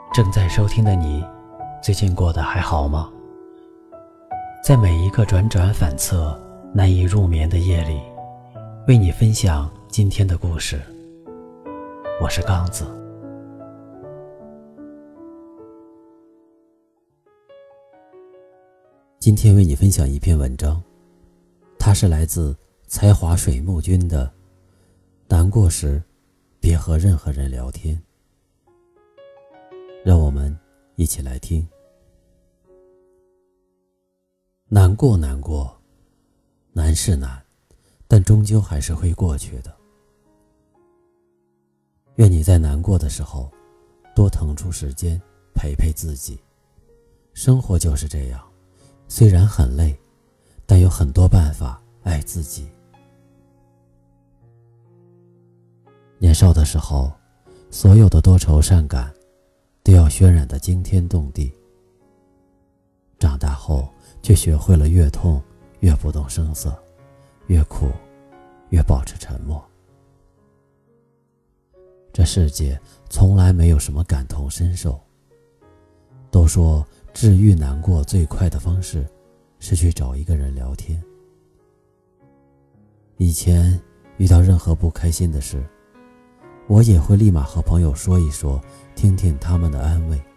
正在收听的你，最近过得还好吗？在每一个辗转反侧、难以入眠的夜里，为你分享今天的故事。我是刚子。今天为你分享一篇文章，它是来自才华水木君的《难过时别和任何人聊天》。让我们一起来听。难过，难是难，但终究还是会过去的。愿你在难过的时候多腾出时间陪陪自己。生活就是这样，虽然很累，但有很多办法爱自己。年少的时候，所有的多愁善感都要渲染得惊天动地，长大后却学会了越痛越不动声色，越苦越保持沉默。这世界从来没有什么感同身受。都说治愈难过最快的方式是去找一个人聊天。以前遇到任何不开心的事，我也会立马和朋友说一说，听听他们的安慰。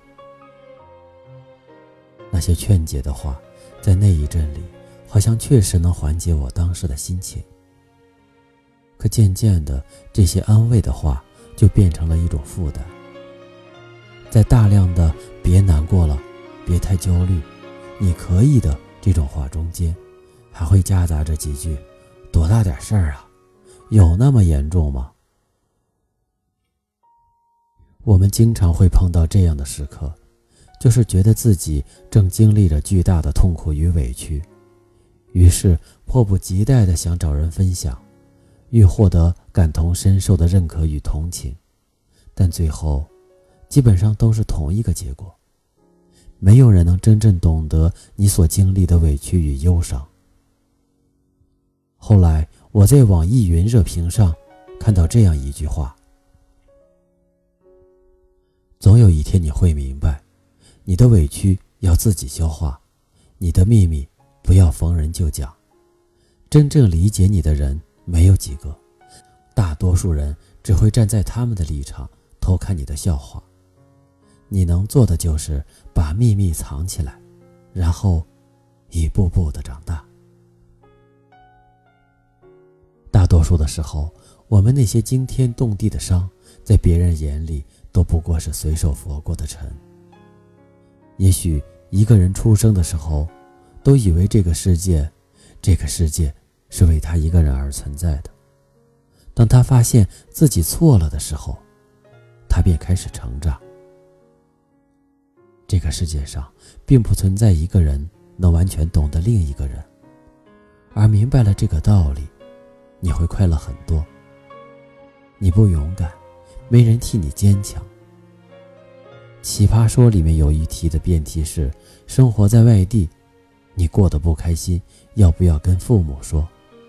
那些劝解的话，在那一阵里好像确实能缓解我当时的心情。可渐渐的，这些安慰的话就变成了一种负担。在大量的别难过了，别太焦虑，你可以的这种话中间，还会夹杂着几句多大点事儿啊，有那么严重吗？我们经常会碰到这样的时刻，就是觉得自己正经历着巨大的痛苦与委屈，于是迫不及待地想找人分享，欲获得感同身受的认可与同情，但最后基本上都是同一个结果，没有人能真正懂得你所经历的委屈与忧伤。后来我在网易云热评上看到这样一句话：总有一天你会明白，你的委屈要自己消化，你的秘密不要逢人就讲。真正理解你的人没有几个，大多数人只会站在他们的立场偷看你的笑话。你能做的就是把秘密藏起来，然后一步步地长大。大多数的时候，我们那些惊天动地的伤，在别人眼里都不过是随手拂过的尘。也许一个人出生的时候，都以为这个世界是为他一个人而存在的。当他发现自己错了的时候，他便开始成长。这个世界上并不存在一个人能完全懂得另一个人，而明白了这个道理，你会快乐很多。你不勇敢，没人替你坚强。奇葩说里面有一题的辩题是，生活在外地，你过得不开心，要不要跟父母说？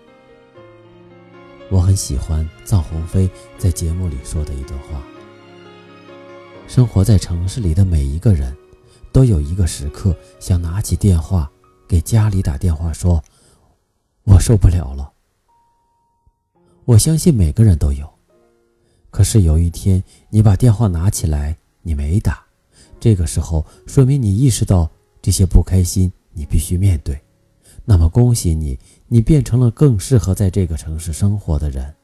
我很喜欢臧鸿飞在节目里说的一段话：生活在城市里的每一个人，都有一个时刻想拿起电话给家里打电话说，我受不了了。我相信每个人都有。可是有一天你把电话拿起来，你没打，这个时候说明你意识到这些不开心你必须面对。那么恭喜你，你变成了更适合在这个城市生活的人。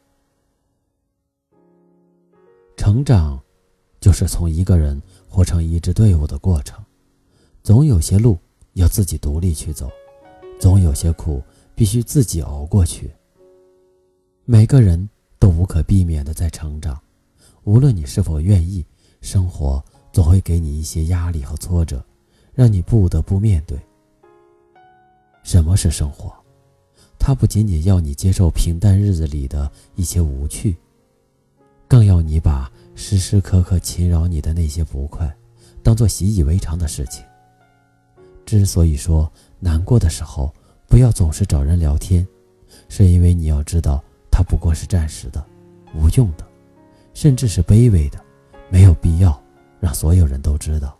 成长就是从一个人活成一支队伍的过程，总有些路要自己独立去走，总有些苦必须自己熬过去。每个人都无可避免地在成长，无论你是否愿意，生活总会给你一些压力和挫折，让你不得不面对。什么是生活？它不仅仅要你接受平淡日子里的一些无趣，更要你把时时刻刻侵扰你的那些不快当作习以为常的事情。之所以说难过的时候不要总是找人聊天，是因为你要知道它不过是暂时的、无用的，甚至是卑微的，没有必要让所有人都知道。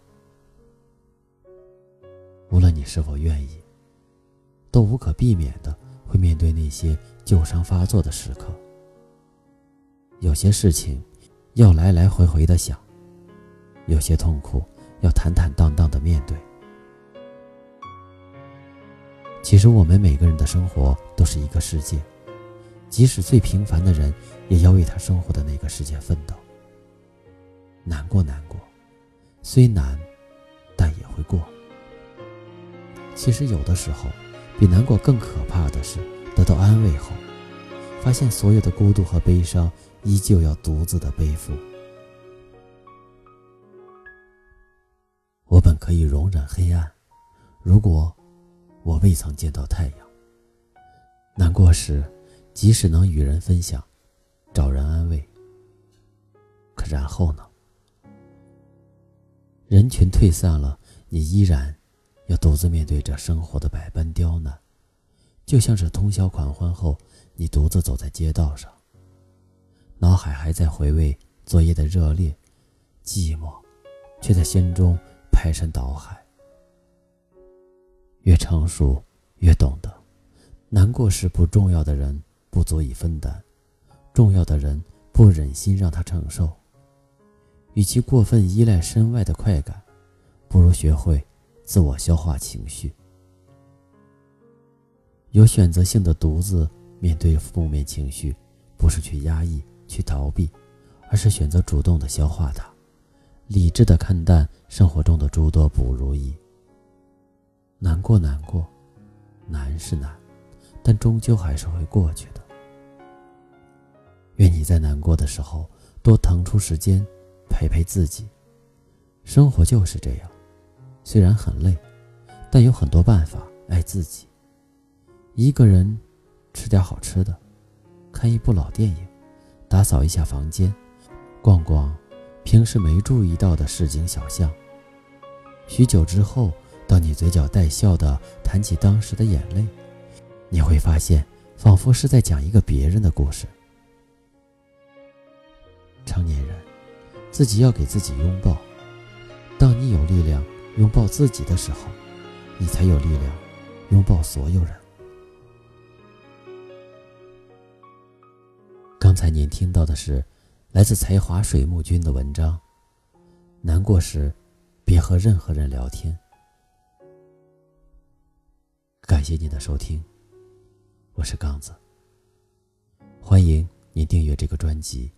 无论你是否愿意，都无可避免的会面对那些旧伤发作的时刻。有些事情要来来回回的想，有些痛苦要坦坦荡荡的面对。其实我们每个人的生活都是一个世界，即使最平凡的人也要为他生活的那个世界奋斗。难过，虽难，但也会过。其实有的时候，比难过更可怕的是得到安慰后，发现所有的孤独和悲伤依旧要独自的背负。我本可以容忍黑暗，如果我未曾见到太阳。难过时，即使能与人分享，找人安慰，可然后呢？人群退散了，你依然要独自面对着生活的百般刁难，就像是通宵狂欢后，你独自走在街道上，脑海还在回味昨夜的热烈，寂寞却在心中排山倒海。越成熟，越懂得，难过时不重要的人不足以分担，重要的人不忍心让他承受。与其过分依赖身外的快感，不如学会自我消化情绪。有选择性的独自面对负面情绪，不是去压抑、去逃避，而是选择主动的消化它，理智的看淡生活中的诸多不如意。难过，难是难，但终究还是会过去的。愿你在难过的时候多腾出时间陪陪自己。生活就是这样，虽然很累，但有很多办法爱自己。一个人吃点好吃的，看一部老电影，打扫一下房间，逛逛平时没注意到的市井小巷。许久之后，当你嘴角带笑地谈起当时的眼泪，你会发现仿佛是在讲一个别人的故事。成年人自己要给自己拥抱，当你有力量拥抱自己的时候，你才有力量拥抱所有人。刚才您听到的是来自才华水木君的文章，难过时别和任何人聊天。感谢您的收听，我是刚子，欢迎您订阅这个专辑。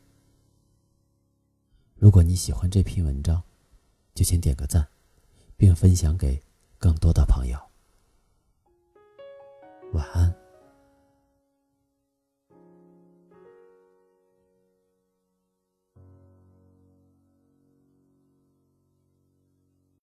如果你喜欢这篇文章，就请点个赞，并分享给更多的朋友。晚安。